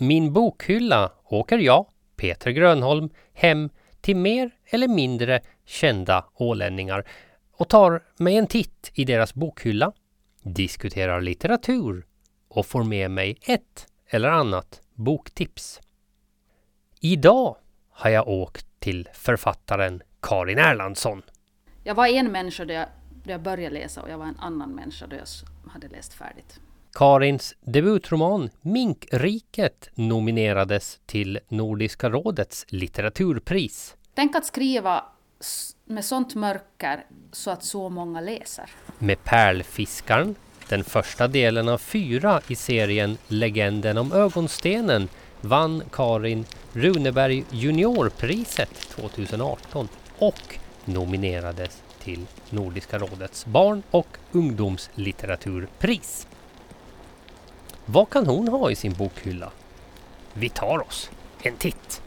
min bokhylla åker jag, Peter Grönholm, hem till mer eller mindre kända ålänningar och tar mig en titt i deras bokhylla, diskuterar litteratur och får med mig ett eller annat boktips. Idag har jag åkt till författaren Karin Erlandsson. Jag var en människa där jag började läsa och jag var en annan människa där jag hade läst färdigt. Karins debutroman Minkriket nominerades till Nordiska rådets litteraturpris. Tänk att skriva med sånt mörker så att så många läser. Med Pärlfiskaren, den första delen av 4 i serien Legenden om ögonstenen, vann Karin Runeberg juniorpriset 2018 och nominerades till Nordiska rådets barn- och ungdomslitteraturpris. Vad kan hon ha i sin bokhylla? Vi tar oss en titt.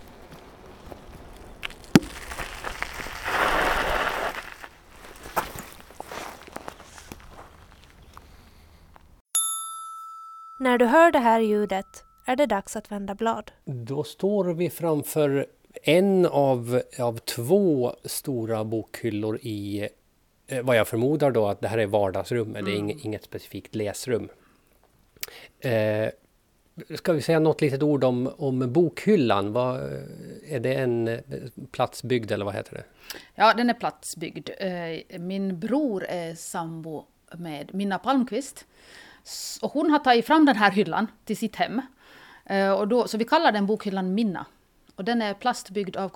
När du hör det här ljudet är det dags att vända blad. Då står vi framför en av 2 stora bokhyllor i vad jag förmodar då att det här är vardagsrummet. Det är inget specifikt läsrum. Ska vi säga något litet ord om bokhyllan? Är det en platsbyggd eller vad heter det? Ja, den är platsbyggd. Min bror är sambo med Minna Palmqvist. Och hon har tagit fram den här hyllan till sitt hem. Så vi kallar den bokhyllan Minna. Och den är plastbyggd av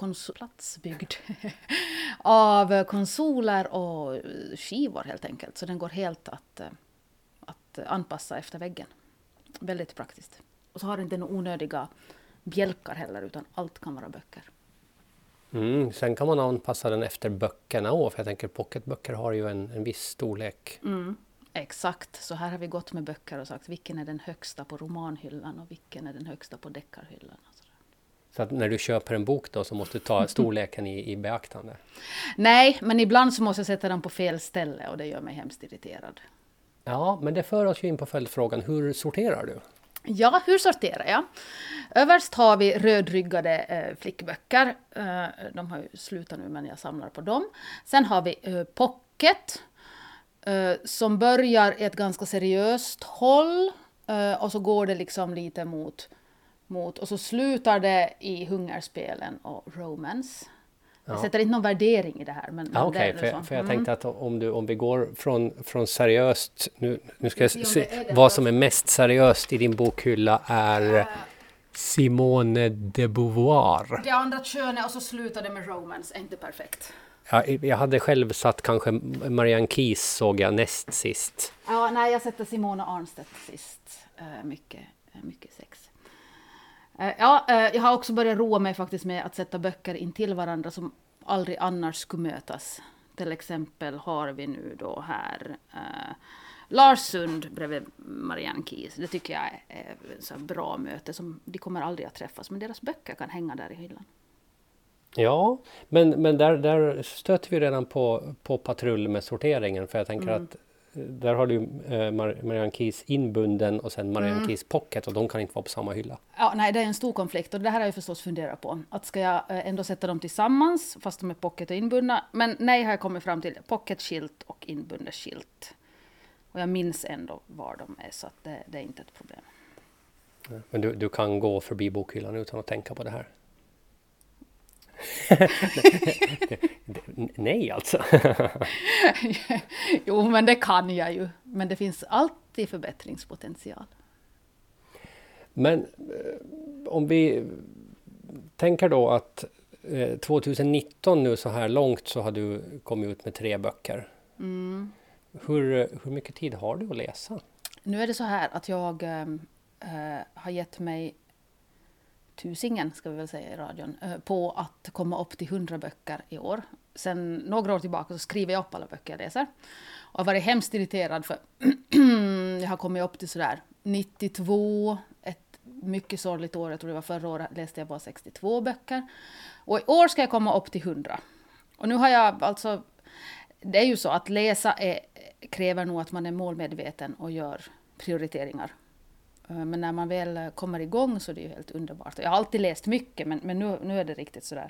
av konsoler och skivor helt enkelt. Så den går helt att anpassa efter väggen. Väldigt praktiskt. Och så har den inte några onödiga bjälkar heller, utan allt kan vara böcker. Sen kan man anpassa den efter böckerna också, för jag tänker pocketböcker har ju en viss storlek. Exakt, så här har vi gått med böcker och sagt vilken är den högsta på romanhyllan och vilken är den högsta på deckarhyllan. Så att när du köper en bok då så måste du ta storleken i beaktande? Nej, men ibland så måste jag sätta den på fel ställe och det gör mig hemskt irriterad. Ja, men det för oss ju in på följdfrågan. Hur sorterar du? Ja, hur sorterar jag? Överst har vi rödryggade flickböcker. De har ju slutat nu men jag samlar på dem. Sen har vi pocket som börjar i ett ganska seriöst håll och så går det liksom lite mot och så slutar det i hungerspelen och romance. Jag sätter inte någon värdering i det här. Men Okej, för jag tänkte att om vi går från seriöst, nu ska jag se vad som är mest seriöst i din bokhylla är Simone de Beauvoir. Det andra könet och så slutar det med romance, är inte perfekt. Ja, jag hade själv satt kanske Marianne Keyes såg jag näst sist. Ja, nej, jag sätter Simone Arnstedt sist. Mycket sex. Jag har också börjat roa mig faktiskt med att sätta böcker in till varandra som aldrig annars skulle mötas. Till exempel har vi nu då här Lars Sund bredvid Marianne Keyes. Det tycker jag är ett så bra möte som de kommer aldrig att träffas, men deras böcker kan hänga där i hyllan. Ja, men där stöter vi redan på patrull med sorteringen, för jag tänker att där har du Marianne Keyes inbunden och sen Marianne Keyes pocket och de kan inte vara på samma hylla. Ja, nej, det är en stor konflikt och det här har jag förstås funderat på. Att ska jag ändå sätta dem tillsammans fast de är pocket och inbundna? Men nej, har jag kommit fram till pocket-skilt och inbundet skilt. Och jag minns ändå var de är, så att det är inte ett problem. Men du kan gå förbi bokhyllan utan att tänka på det här? Nej alltså. Jo, men det kan jag ju. Men det finns alltid förbättringspotential. Men om vi tänker då att 2019 nu så här långt så har du kommit ut med 3 böcker. Hur mycket tid har du att läsa? Nu är det så här att jag har gett mig tusingen, ska vi väl säga i radion, på att komma upp till 100 böcker i år. Sen några år tillbaka så skriver jag upp alla böcker jag läser. Och jag har varit hemskt irriterad för jag har kommit upp till sådär 92, ett mycket sorgligt år. Jag tror det var förra året läste jag bara 62 böcker. Och i år ska jag komma upp till 100. Och nu har jag alltså, det är ju så att läsa kräver nog att man är målmedveten och gör prioriteringar. Men när man väl kommer igång så är det ju helt underbart. Jag har alltid läst mycket, men nu är det riktigt sådär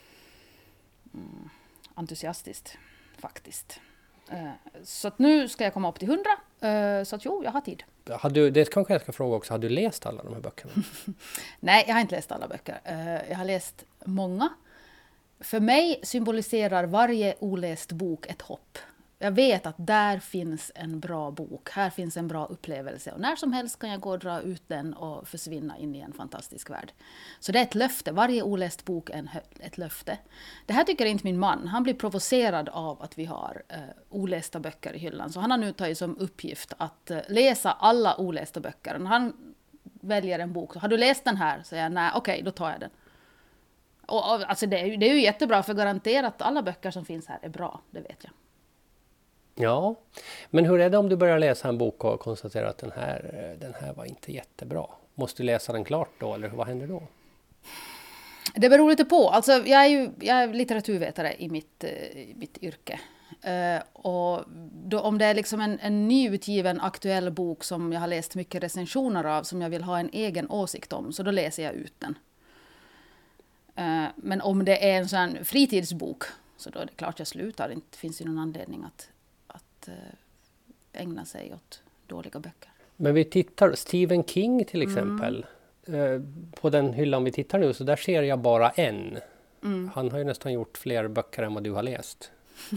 entusiastiskt faktiskt. Så att nu ska jag komma upp till 100. Så att jo, jag har tid. Det kanske jag ska fråga också. Har du läst alla de här böckerna? Nej, jag har inte läst alla böcker. Jag har läst många. För mig symboliserar varje oläst bok ett hopp. Jag vet att där finns en bra bok. Här finns en bra upplevelse. Och när som helst kan jag gå och dra ut den och försvinna in i en fantastisk värld. Så det är ett löfte. Varje oläst bok är ett löfte. Det här tycker inte min man. Han blir provocerad av att vi har olästa böcker i hyllan. Så han har nu tagit som uppgift att läsa alla olästa böcker. När han väljer en bok. Har du läst den här? Så säger jag nej, okej, då tar jag den. Och alltså det är ju jättebra, för garanterat att alla böcker som finns här är bra. Det vet jag. Ja, men hur är det om du börjar läsa en bok och konstaterar att den här var inte jättebra? Måste du läsa den klart då, eller vad händer då? Det beror lite på. Alltså, jag är litteraturvetare i mitt yrke. Och då, om det är liksom en nyutgiven aktuell bok som jag har läst mycket recensioner av, som jag vill ha en egen åsikt om, så då läser jag ut den. Men om det är en sån fritidsbok, så då är det klart jag slutar. Det finns ju någon anledning att ägna sig åt dåliga böcker. Men vi tittar, Stephen King till exempel, på den hyllan vi tittar nu, så där ser jag bara en. Han har ju nästan gjort fler böcker än vad du har läst.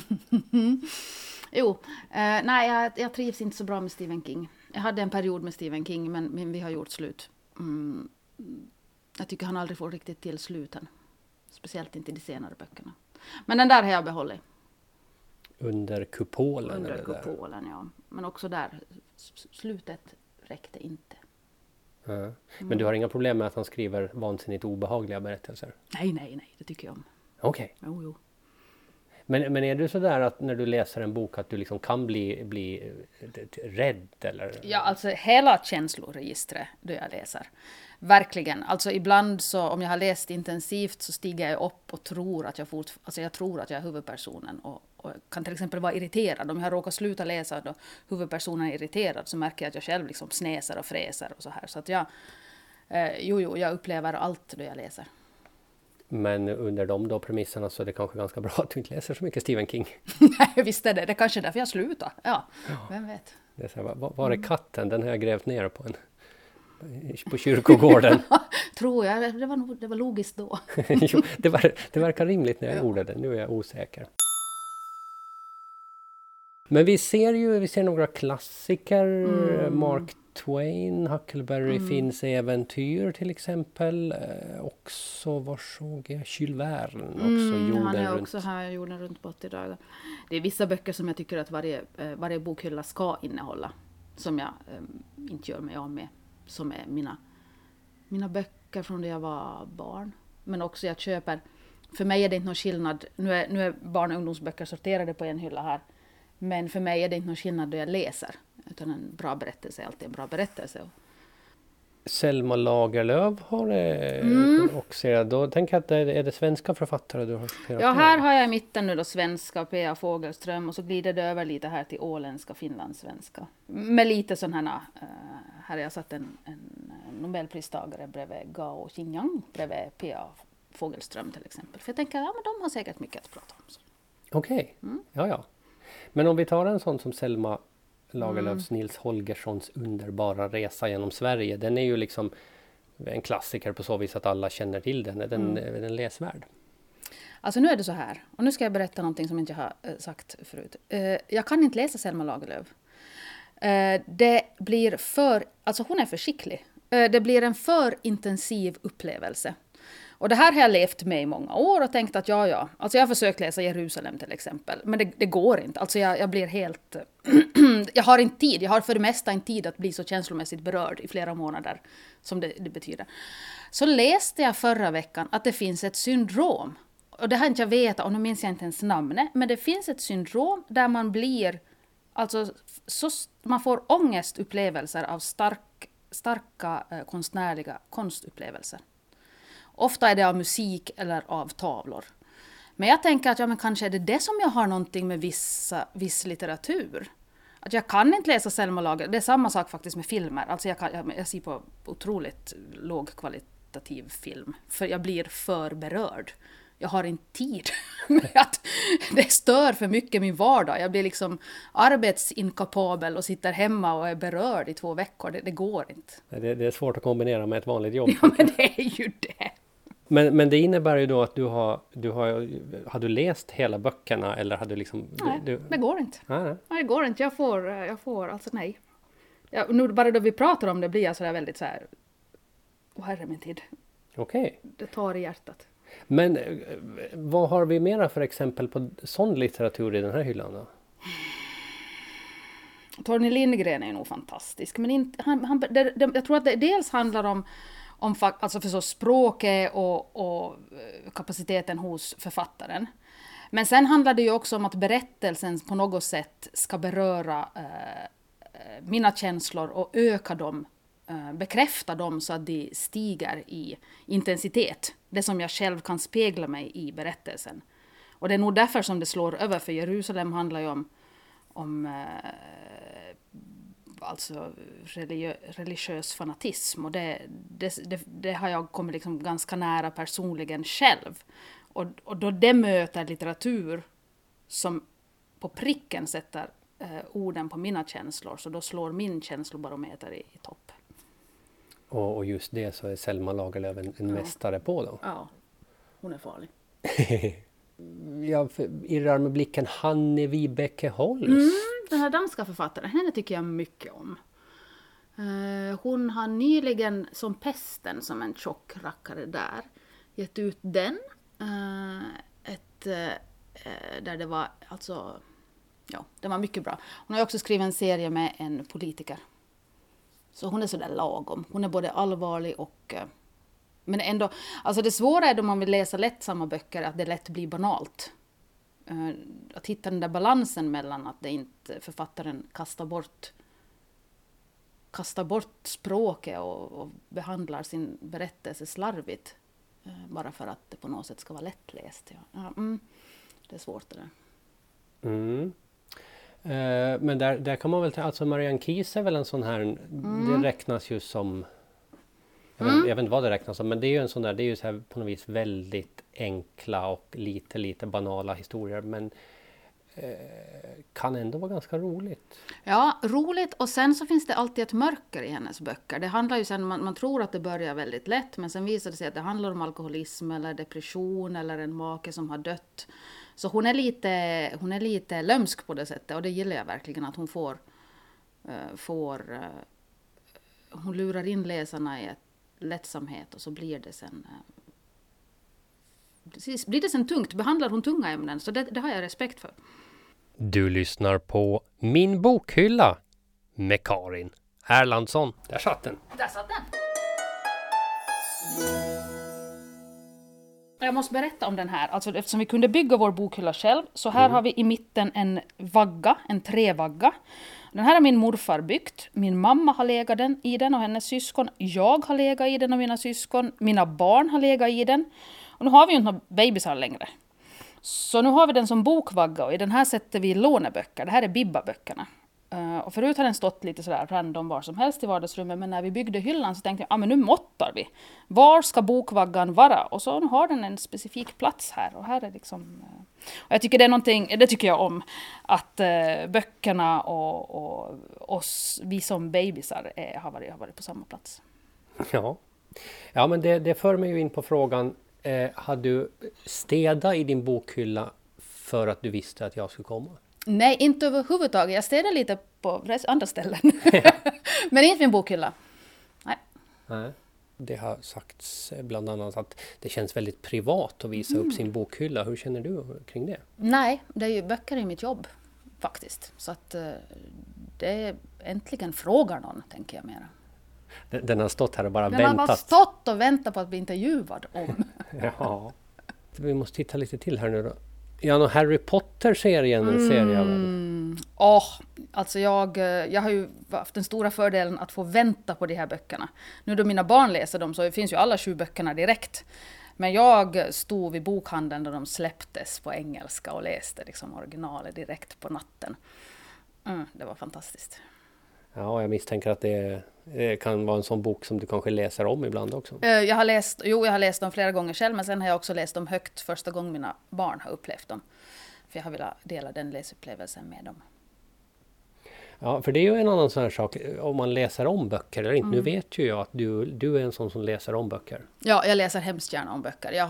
Jo, nej, jag trivs inte så bra med Stephen King. Jag hade en period med Stephen King, men vi har gjort slut. Jag tycker han aldrig får riktigt till sluten. Speciellt inte de senare böckerna. Men den där har jag behållit. Under kupolen? Under kupolen, ja. Men också där, slutet räckte inte. Ja. Men du har inga problem med att han skriver vansinnigt obehagliga berättelser? Nej, det tycker jag om. Okej. Jo. Men är du så där att när du läser en bok att du liksom kan bli rädd? Eller? Ja, alltså hela känsloregistret då jag läser. Verkligen. Alltså ibland så om jag har läst intensivt så stiger jag upp och tror att jag tror att jag är huvudpersonen och kan till exempel vara irriterad. Om jag råkar sluta läsa då huvudpersonen är irriterad så märker jag att jag själv liksom snäser och fräser och så här. Så att jag upplever allt då jag läser. Men under de då premisserna så är det kanske ganska bra att du inte läser så mycket Stephen King. Nej, visst är det. Det är kanske därför jag slutar. Ja, vem vet. Det är så här, var är katten? Den har jag grävt ner på kyrkogården. Tror jag. Det var logiskt då. Jo, det verkar rimligt när jag gjorde det. Nu är jag osäker. Men vi ser några klassiker. Mark Twain, Huckleberry Finns äventyr till exempel. Också, var såg jag? Jules Verne. Också han är också här, Jorden runt på 80 dagar. Det är vissa böcker som jag tycker att varje bokhylla ska innehålla. Som jag inte gör mig av med. Som är mina böcker från när jag var barn. Men också jag köper, för mig är det inte någon skillnad. Nu är barn- och ungdomsböcker sorterade på en hylla här. Men för mig är det inte någon skillnad då jag läser. Utan en bra berättelse är alltid en bra berättelse. Selma Lagerlöf har också. Då tänker jag att är det svenska författare du har citerat? Ja, här har jag i mitten nu då svenska, P.A. Fogelström. Och så glider det över lite här till åländska, finlandssvenska. Med lite sån här, här har jag satt en Nobelpristagare bredvid Gao Xinjiang, bredvid P.A. Fogelström till exempel. För jag tänker, men de har säkert mycket att prata om. Okej, ja. Men om vi tar en sån som Selma Lagerlöfs Nils Holgerssons underbara resa genom Sverige. Den är ju liksom en klassiker på så vis att alla känner till den. Är den läsvärd? Alltså nu är det så här. Och nu ska jag berätta någonting som inte jag har sagt förut. Jag kan inte läsa Selma Lagerlöf. Det blir alltså hon är för skicklig. Det blir en för intensiv upplevelse. Och det här har jag levt med i många år och tänkt att ja. Alltså jag har försökt läsa Jerusalem till exempel. Men det går inte. Alltså jag blir helt... jag har inte tid. Jag har för det mesta inte tid att bli så känslomässigt berörd i flera månader som det betyder. Så läste jag förra veckan att det finns ett syndrom. Och det har inte jag vetat och nu minns jag inte ens namnet. Men det finns ett syndrom där man blir... Alltså man får ångestupplevelser av starka konstnärliga konstupplevelser. Ofta är det av musik eller av tavlor. Men jag tänker att men kanske är det som jag har någonting med viss litteratur. Att jag kan inte läsa Selma Lagerlöf. Det är samma sak faktiskt med filmer. Alltså jag ser på otroligt lågkvalitativ film. För jag blir för berörd. Jag har inte tid med att det stör för mycket min vardag. Jag blir liksom arbetsinkapabel och sitter hemma och är berörd i 2 veckor. Det går inte. Det är svårt att kombinera med ett vanligt jobb. Ja, men det är ju det. Men det innebär ju då att har du läst hela böckerna eller har du liksom... Nej, det går inte. Nej, det går inte. Jag får alltså nej. Nu bara då vi pratar om det blir jag så där väldigt så här... herre min tid. Okej. Det tar i hjärtat. Men vad har vi mera för exempel på sån litteratur i den här hyllan då? Torgny Lindgren är nog fantastisk. Men inte, jag tror att det dels handlar om alltså för så språket och kapaciteten hos författaren. Men sen handlar det ju också om att berättelsen på något sätt ska beröra mina känslor och öka dem, bekräfta dem så att de stiger i intensitet. Det som jag själv kan spegla mig i berättelsen. Och det är nog därför som det slår över, för Jerusalem handlar ju om alltså religiös fanatism, och det har jag kommit liksom ganska nära personligen själv. Och då det möter litteratur som på pricken sätter orden på mina känslor, så då slår min känslobarometer i topp. Och just det så är Selma Lagerlöf en mästare på då. Ja, hon är farlig. Jag irrar med blicken Hanne Vibeke Holst. Den här danska författaren, henne tycker jag mycket om. Hon har nyligen som pesten, som en tjock rackare där, gett ut den. Där det var alltså, ja, det var mycket bra. Hon har också skrivit en serie med en politiker. Så hon är så där lagom. Hon är både allvarlig och... Men ändå, alltså det svåra är då man vill läsa lättsamma böcker att det lätt blir banalt. Att hitta den där balansen mellan att det inte författaren kastar bort språket och behandlar sin berättelse slarvigt. Bara för att det på något sätt ska vara lättläst. Ja. Det är svårt det där. Men där kan man väl alltså Marianne Keyes är väl en sån här, det räknas ju som, jag vet inte vad det räknas som, men det är ju en sån där, det är ju så här på något vis väldigt enkla och lite banala historier, men kan ändå vara ganska roligt. Ja, roligt, och sen så finns det alltid ett mörker i hennes böcker. Det handlar ju sen, man tror att det börjar väldigt lätt, men sen visar det sig att det handlar om alkoholism eller depression eller en make som har dött. Så hon är lite lömsk på det sättet, och det gillar jag verkligen, att hon hon lurar in läsarna i ett lättsamhet, och så blir det sen tungt. Behandlar hon tunga ämnen, så det har jag respekt för. Du lyssnar på Min bokhylla med Karin Erlandsson. Där satt den. Jag måste berätta om den här. Alltså, eftersom vi kunde bygga vår bokhylla själv, så här har vi i mitten en trävagga. Den här har min morfar byggt. Min mamma har legat i den och hennes syskon. Jag har legat i den och mina syskon. Mina barn har legat i den. Och nu har vi ju inte några bebisar längre. Så nu har vi den som bokvagga, och i den här sätter vi låneböcker. Det här är Bibba-böckerna. Och förut har den stått lite sådär random var som helst i vardagsrummet, men när vi byggde hyllan så tänkte jag, men nu måttar vi. Var ska bokvaggan vara? Och så nu har den en specifik plats här, och här är liksom... Och jag tycker det tycker jag om, att böckerna och oss, vi som bebisar har varit på samma plats. Ja, men det för mig ju in på frågan, har du städat i din bokhylla för att du visste att jag skulle komma? Nej, inte överhuvudtaget. Jag städar lite på andra ställen. Men inte min bokhylla. Nej. Det har sagts bland annat att det känns väldigt privat att visa upp sin bokhylla. Hur känner du kring det? Nej, det är ju böcker i mitt jobb faktiskt. Så att det är äntligen frågar någon, tänker jag mera. Den har stått här och bara väntat. väntat. Den har bara stått och väntat på att bli intervjuad om. Ja. Vi måste titta lite till här nu då. Ja, Harry Potter-serien ser jag väl. Alltså jag har ju haft den stora fördelen att få vänta på de här böckerna. Nu då mina barn läser dem så finns ju alla 7 böckerna direkt. Men jag stod vid bokhandeln då de släpptes på engelska och läste liksom originalet direkt på natten. Det var fantastiskt. Ja, jag misstänker att det kan vara en sån bok som du kanske läser om ibland också. Jag har läst dem flera gånger själv, men sen har jag också läst dem högt första gången mina barn har upplevt dem. För jag har velat dela den läsupplevelsen med dem. Ja, för det är ju en annan sån här sak, om man läser om böcker eller inte. Nu vet ju jag att du är en sån som läser om böcker. Ja, jag läser hemskt gärna om böcker. Jag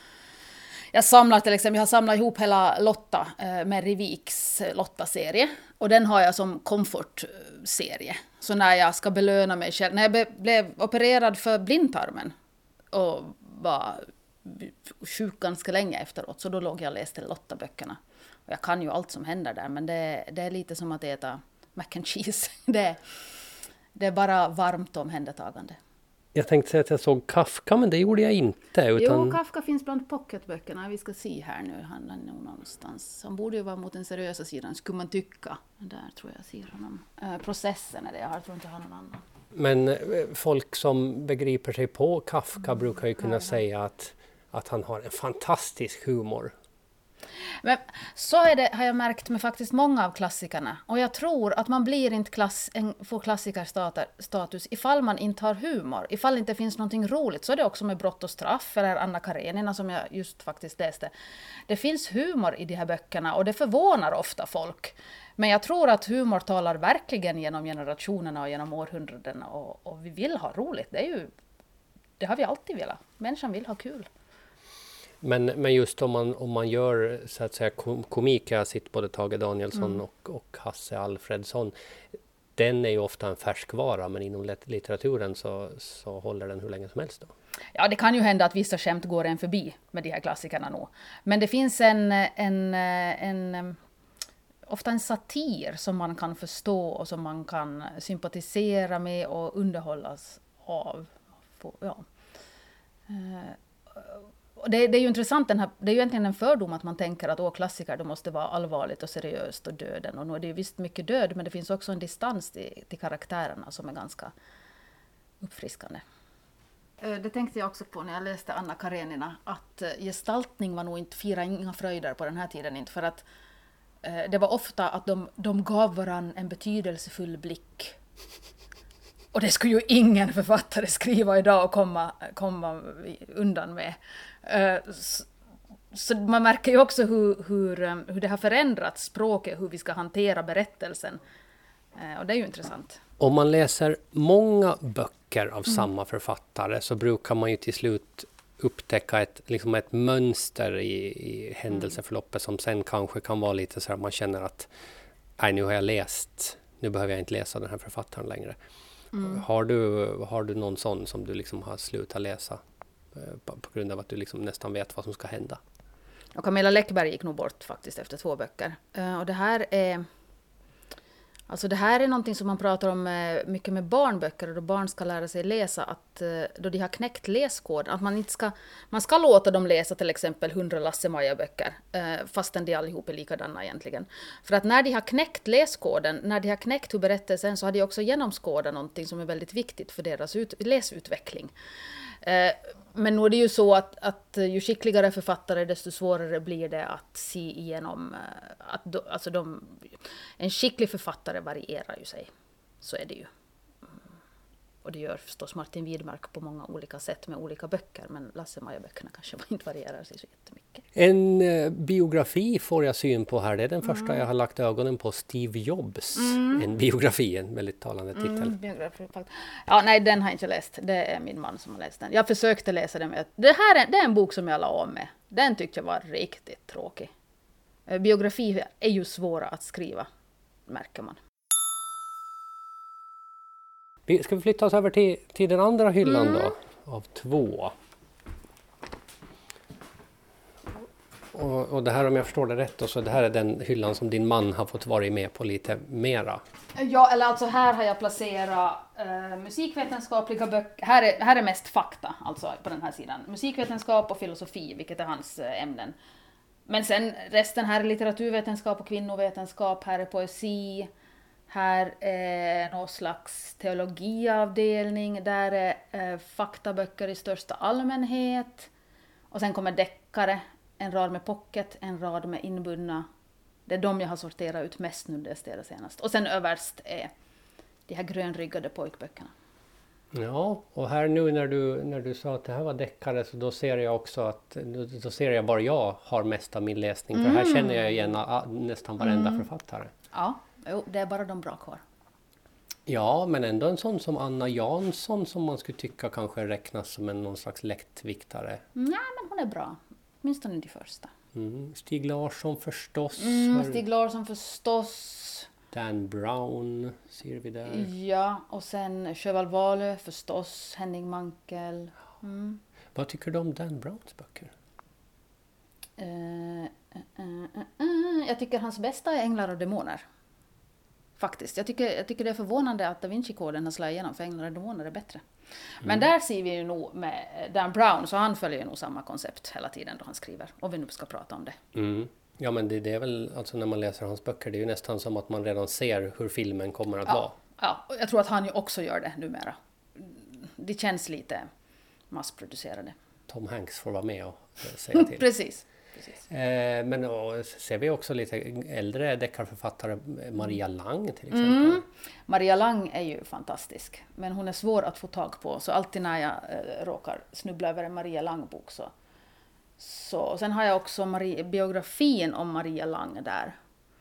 har samlat ihop hela Lotta, Mary Viks Lotta-serie. Och den har jag som komfortserie. Så när jag ska belöna mig själv, när jag blev opererad för blindtarmen och var sjuk ganska länge efteråt, så då låg jag och läste Lotta-böckerna. Och jag kan ju allt som händer där, men det är lite som att äta mac and cheese. Det är bara varmt omhändertagande. Jag tänkte säga att jag såg Kafka, men det gjorde jag inte. Jo, Kafka finns bland pocketböckerna. Vi ska se här nu. Han är nog någonstans. Han borde ju vara mot den seriösa sidan, skulle man tycka. Där tror jag ser honom. Processen är det. Jag tror inte jag har någon annan. Men folk som begriper sig på Kafka brukar ju kunna säga att han har en fantastisk humor. Men så är det, har jag märkt med faktiskt många av klassikerna. Och jag tror att man blir inte får klassikerstatus ifall man inte har humor. Ifall det inte finns någonting roligt. Så är det också med Brott och straff eller Anna Karenina som jag just faktiskt läste. Det finns humor i de här böckerna och det förvånar ofta folk. Men jag tror att humor talar verkligen genom generationerna och genom århundradena. Och vi vill ha roligt. Det har vi alltid velat. Människan vill ha kul. Men just om man gör så att säga komik, jag har sett både Tage Danielsson och Hasse Alfredsson, den är ju ofta en färskvara, men inom litteraturen så håller den hur länge som helst då. Ja, det kan ju hända att vissa skämt går en förbi med de här klassikerna nog. Men det finns ofta en satir som man kan förstå och som man kan sympatisera med och underhållas av. Ja. Det är ju intressant, det är ju egentligen en fördom att man tänker att klassiker det måste vara allvarligt och seriöst och döden. Och nu är det ju visst mycket död, men det finns också en distans till karaktärerna som är ganska uppfriskande. Det tänkte jag också på när jag läste Anna Karenina, att gestaltning var nog inte fira inga fröjder på den här tiden. Inte för att det var ofta att de gav varann en betydelsefull blick. Och det skulle ju ingen författare skriva idag och komma undan med. Så man märker ju också hur det har förändrats språket, hur vi ska hantera berättelsen. Och det är ju intressant. Om man läser många böcker av samma författare så brukar man ju till slut upptäcka ett mönster i händelseförloppet som sen kanske kan vara lite så att man känner att nu har jag läst, nu behöver jag inte läsa den här författaren längre. Har du någon sån som du liksom har slutat läsa på grund av att du liksom nästan vet vad som ska hända? Och Camilla Läckberg gick nog bort faktiskt efter 2 böcker. Och det här är någonting som man pratar om mycket med barnböcker, och då barn ska lära sig läsa, att då de har knäckt läskoden, att man ska låta dem läsa till exempel 100 Lasse-Maja-böcker, fastän de allihop är likadana egentligen. För att när de har knäckt läskoden, när de har knäckt hur berättelsen, så har de också genomskådat någonting som är väldigt viktigt för deras läsutveckling. Men nu är det ju så att ju skickligare författare, desto svårare blir det att se igenom. En skicklig författare varierar ju sig. Så är det ju. Och det gör förstås Martin Widmark på många olika sätt med olika böcker. Men Lasse-Maja-böckerna kanske inte varierar sig så jättemycket. En biografi får jag syn på här. Det är den första jag har lagt ögonen på, Steve Jobs. En biografi, en väldigt talande titel. Ja, nej, den har jag inte läst. Det är min man som har läst den. Jag försökte läsa den. Det är en bok som jag la om med. Den tyckte jag var riktigt tråkig. Biografier är ju svåra att skriva, märker man. Ska vi flytta oss över till den andra hyllan då, av 2. Och det här, om jag förstår det rätt då, så det här är den hyllan som din man har fått vara med på lite mera. Ja, eller alltså här har jag placerat musikvetenskapliga böcker. Här är mest fakta, alltså på den här sidan. Musikvetenskap och filosofi, vilket är hans ämnen. Men sen resten här är litteraturvetenskap och kvinnovetenskap, här är poesi. Här är någon slags teologiavdelning, där är faktaböcker i största allmänhet. Och sen kommer deckare, en rad med pocket, en rad med inbundna Det är de jag har sorterat ut mest nu det senast. Och sen överst är de här grönryggade pojkböckerna. Ja, och här nu när du sa att det här var deckare, så då ser jag också att då ser jag var jag har mest av min läsning. För här känner jag igen nästan varenda författare. Ja, det är bara de bra kvar. Ja, men ändå en sån som Anna Jansson som man skulle tycka kanske räknas som någon slags lättviktare. Nej, men hon är bra. Åtminstone de första. Stig Larsson förstås. Stig Larsson förstås. Dan Brown ser vi där. Ja, och sen Sjöwall Wahlöö förstås. Henning Mankell. Vad tycker du om Dan Browns böcker? Jag tycker hans bästa är Änglar och demoner. Faktiskt. Jag tycker det är förvånande att Da Vinci-koden har slagit igenom, för Änglar och demoner är bättre. Men där ser vi ju nog med Dan Brown, så han följer ju nog samma koncept hela tiden då han skriver. Och vi nu ska prata om det. Ja, men det är väl, alltså när man läser hans böcker, det är ju nästan som att man redan ser hur filmen kommer att vara. Ja, och jag tror att han ju också gör det numera. Det känns lite massproducerade. Tom Hanks får vara med och säga till. Precis. Men ser vi också lite äldre deckarförfattare, Maria Lang till exempel. Maria Lang är ju fantastisk, men hon är svår att få tag på, så alltid när jag råkar snubbla över en Maria Lang-bok så sen har jag också biografin om Maria Lang där.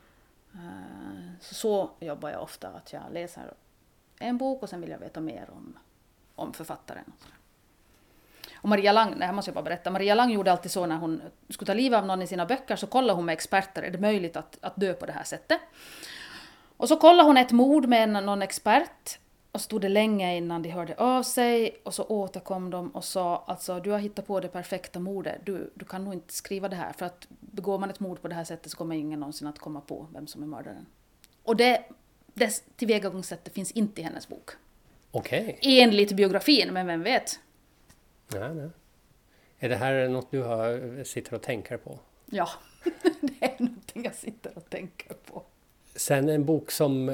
Så jobbar jag ofta, att jag läser en bok och sen vill jag veta mer om författaren. Och Maria Lang, det här måste jag bara berätta, Maria Lang gjorde alltid så när hon skulle ta livet av någon i sina böcker, så kollade hon med experter, är det möjligt att dö på det här sättet? Och så kollade hon ett mord med någon expert, och stod det länge innan de hörde av sig, och så återkom de och sa, alltså du har hittat på det perfekta mordet, du kan nog inte skriva det här, för att begår man ett mord på det här sättet så kommer ingen någonsin att komma på vem som är mördaren. Och det tillvägagångssättet finns inte i hennes bok. Okej. Enligt biografin, men vem vet? Nej. Är det här något du sitter och tänker på? Ja, det är någonting jag sitter och tänker på. Sen en bok som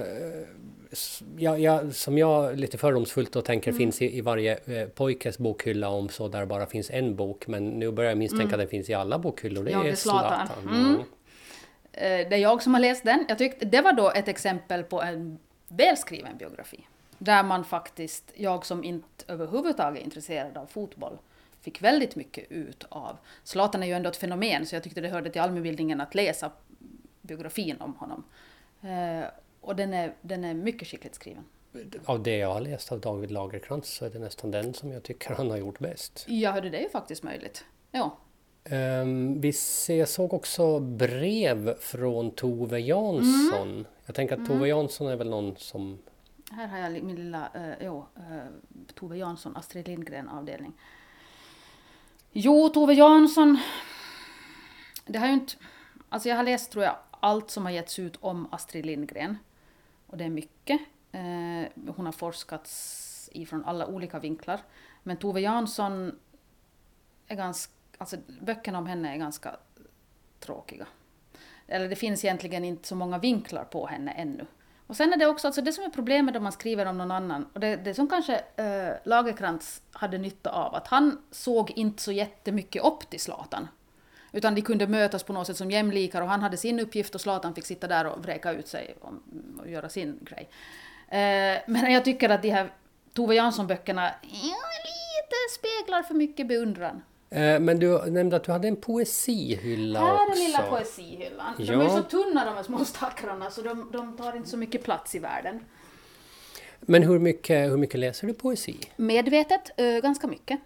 jag lite fördomsfullt och tänker finns i varje pojkes bokhylla, om så där bara finns en bok. Men nu börjar jag misstänka att den finns i alla bokhyllor. Det är Zlatan. Det är jag som har läst den. Jag tyckte det var då ett exempel på en välskriven biografi. Där man faktiskt, jag som inte överhuvudtaget är intresserad av fotboll, fick väldigt mycket ut av. Zlatan är ju ändå ett fenomen, så jag tyckte det hörde till allmänbildningen att läsa biografin om honom. Och den är mycket skickligt skriven. Av det jag har läst av David Lagercrantz så är det nästan den som jag tycker han har gjort bäst. Ja, hörde, det är ju faktiskt möjligt. Ja. Jag såg också brev från Tove Jansson. Jag tänker att Tove Jansson är väl någon som... Här har jag min lilla Tove Jansson, Astrid Lindgren avdelning. Jo, Tove Jansson. Det har ju inte... Alltså jag har läst, tror jag, allt som har getts ut om Astrid Lindgren. Och det är mycket. Hon har forskats ifrån alla olika vinklar. Men Tove Jansson är ganska... Alltså böckerna om henne är ganska tråkiga. Eller det finns egentligen inte så många vinklar på henne ännu. Och sen är det också, alltså det som är problemet om man skriver om någon annan, och det som kanske Lagercrantz hade nytta av, att han såg inte så jättemycket upp till Zlatan. Utan de kunde mötas på något sätt som jämlikar, och han hade sin uppgift och Zlatan fick sitta där och vräka ut sig och göra sin grej. Men jag tycker att de här Tove Jansson-böckerna lite speglar för mycket beundran. Men du nämnde att du hade en poesihylla också. Här är lilla poesihyllan. De är så tunna, de här små stackarna, så de tar inte så mycket plats i världen. Men hur mycket läser du poesi? Medvetet, ganska mycket.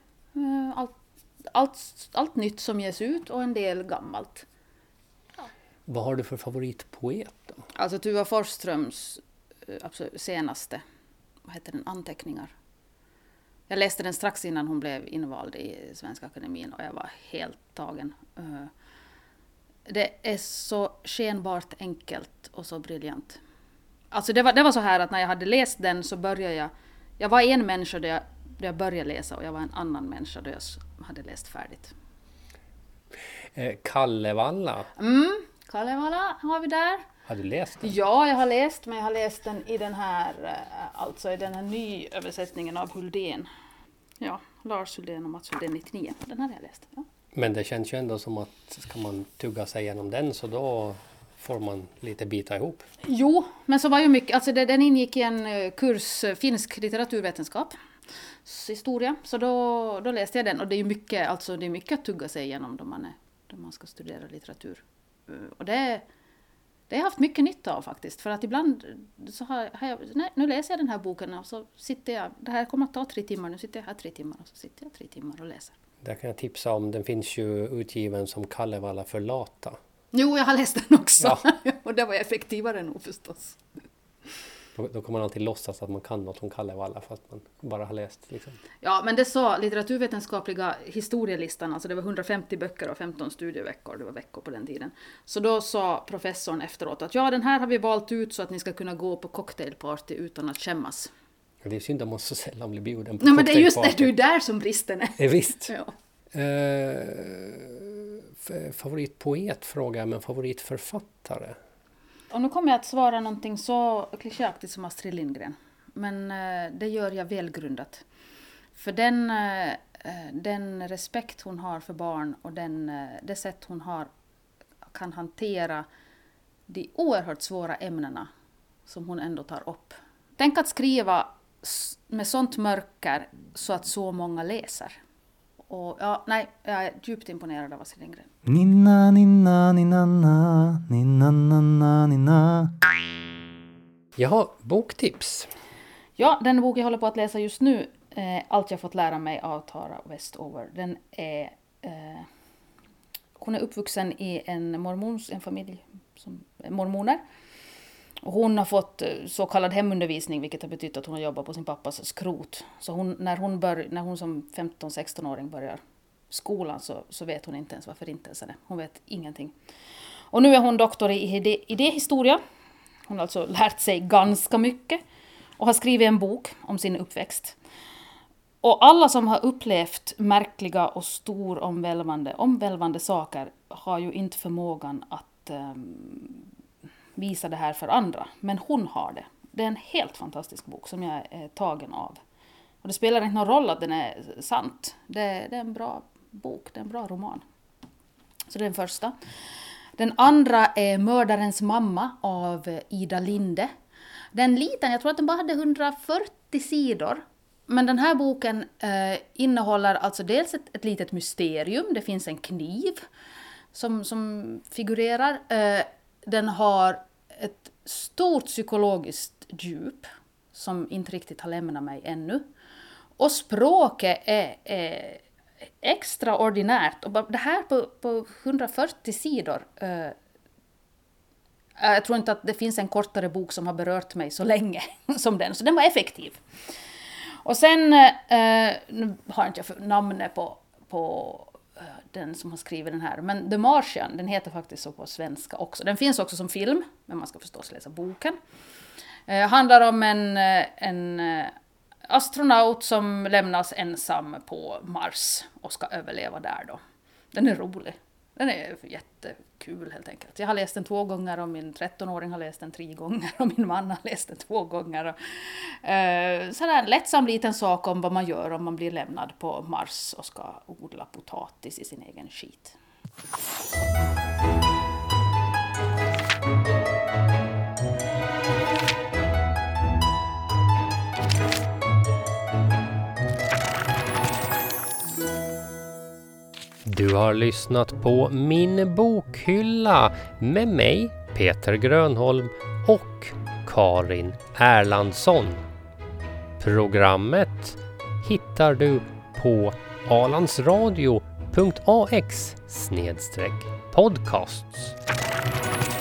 Allt nytt som ges ut och en del gammalt. Ja. Vad har du för favoritpoet då? Alltså Tuva Forsströms senaste, vad heter den, Anteckningar. Jag läste den strax innan hon blev invald i Svenska Akademin och jag var helt tagen. Det är så skenbart enkelt och så briljant. Alltså det var så här att när jag hade läst den så började jag var en människa där jag började läsa och jag var en annan människa där jag hade läst färdigt. Kalevala. Kalevala har vi där. Har du läst den? Ja, jag har läst, men jag har läst den i den här nyöversättningen av Huldén. Ja, Lars Huldén och Mats Huldén 99. Den har jag läst. Ja. Men det känns ju ändå som att ska man tugga sig igenom den så då får man lite bita ihop. Jo, men så var ju mycket, alltså den ingick i en kurs finsk litteraturvetenskap, historia, så då läste jag den, och det är ju mycket, alltså det är mycket att tugga sig igenom då man ska studera litteratur. Och det har jag haft mycket nytta av faktiskt, för att ibland så har jag, nu läser jag den här boken och så sitter jag, det här kommer att ta 3 timmar, nu sitter jag här 3 timmar och så sitter jag 3 timmar och läser. Där kan jag tipsa om, den finns ju utgiven som Kalevala för lata. Jo, jag har läst den också. Ja. Och det var effektivare nog förstås. Då kan man alltid låtsas att man kan något om Kalevala fast man bara har läst. Liksom. Ja, men det sa litteraturvetenskapliga historielistan, alltså det var 150 böcker och 15 studieveckor, det var veckor på den tiden. Så då sa professorn efteråt att ja, den här har vi valt ut så att ni ska kunna gå på cocktailparty utan att skämmas. Det är synd att man så sällan blir bjuden på Nej, men det är just cocktailparty. det, det är där som bristen är. Visst. Ja. Favoritpoet frågar jag, men favoritförfattare? Och nu kommer jag att svara någonting så klichéaktigt som Astrid Lindgren. Men det gör jag välgrundat. För den respekt hon har för barn och det sätt hon kan hantera de oerhört svåra ämnena som hon ändå tar upp. Tänk att skriva med sånt mörker så att så många läser. Och jag är djupt imponerad av Astrid Lindgren. Ninna, ninna, ninna, ninna, ninna, ninna. Jaha, boktips. Ja, den bok jag håller på att läsa just nu, Allt jag fått lära mig av Tara Westover. Den är, hon är uppvuxen i en familj som är mormoner. Och hon har fått så kallad hemundervisning, vilket har betytt att hon har jobbat på sin pappas skrot. Så när hon som 15-16-åring börjar skolan så vet hon inte ens vad förintelsen är. Hon vet ingenting. Och nu är hon doktor i idéhistoria. Hon har alltså lärt sig ganska mycket och har skrivit en bok om sin uppväxt. Och alla som har upplevt märkliga och omvälvande saker har ju inte förmågan att visa det här för andra. Men hon har det. Det är en helt fantastisk bok som jag är tagen av. Och det spelar inte någon roll att den är sant. Det är en bra bok, det är en bra roman. Så det är den första. Den andra är Mördarens mamma av Ida Linde. Den liten, jag tror att den bara hade 140 sidor. Men den här boken innehåller alltså dels ett litet mysterium. Det finns en kniv som figurerar. Den har ett stort psykologiskt djup som inte riktigt har lämnat mig ännu. Och språket är extraordinärt. Och det här på 140 sidor. Jag tror inte att det finns en kortare bok som har berört mig så länge som den. Så den var effektiv. Och sen, nu har inte jag namnet på den som har skrivit den här. Men The Martian, den heter faktiskt så på svenska också. Den finns också som film, men man ska förstås läsa boken. Handlar om en astronaut som lämnas ensam på Mars och ska överleva där då. Den är rolig. Den är jättekul helt enkelt. Jag har läst den 2 gånger och min 13-åring har läst den 3 gånger och min man har läst den 2 gånger. Sådär en lättsam liten sak om vad man gör om man blir lämnad på Mars och ska odla potatis i sin egen skit. Du har lyssnat på Min bokhylla med mig, Peter Grönholm och Karin Erlandsson. Programmet hittar du på alandsradio.ax/podcasts.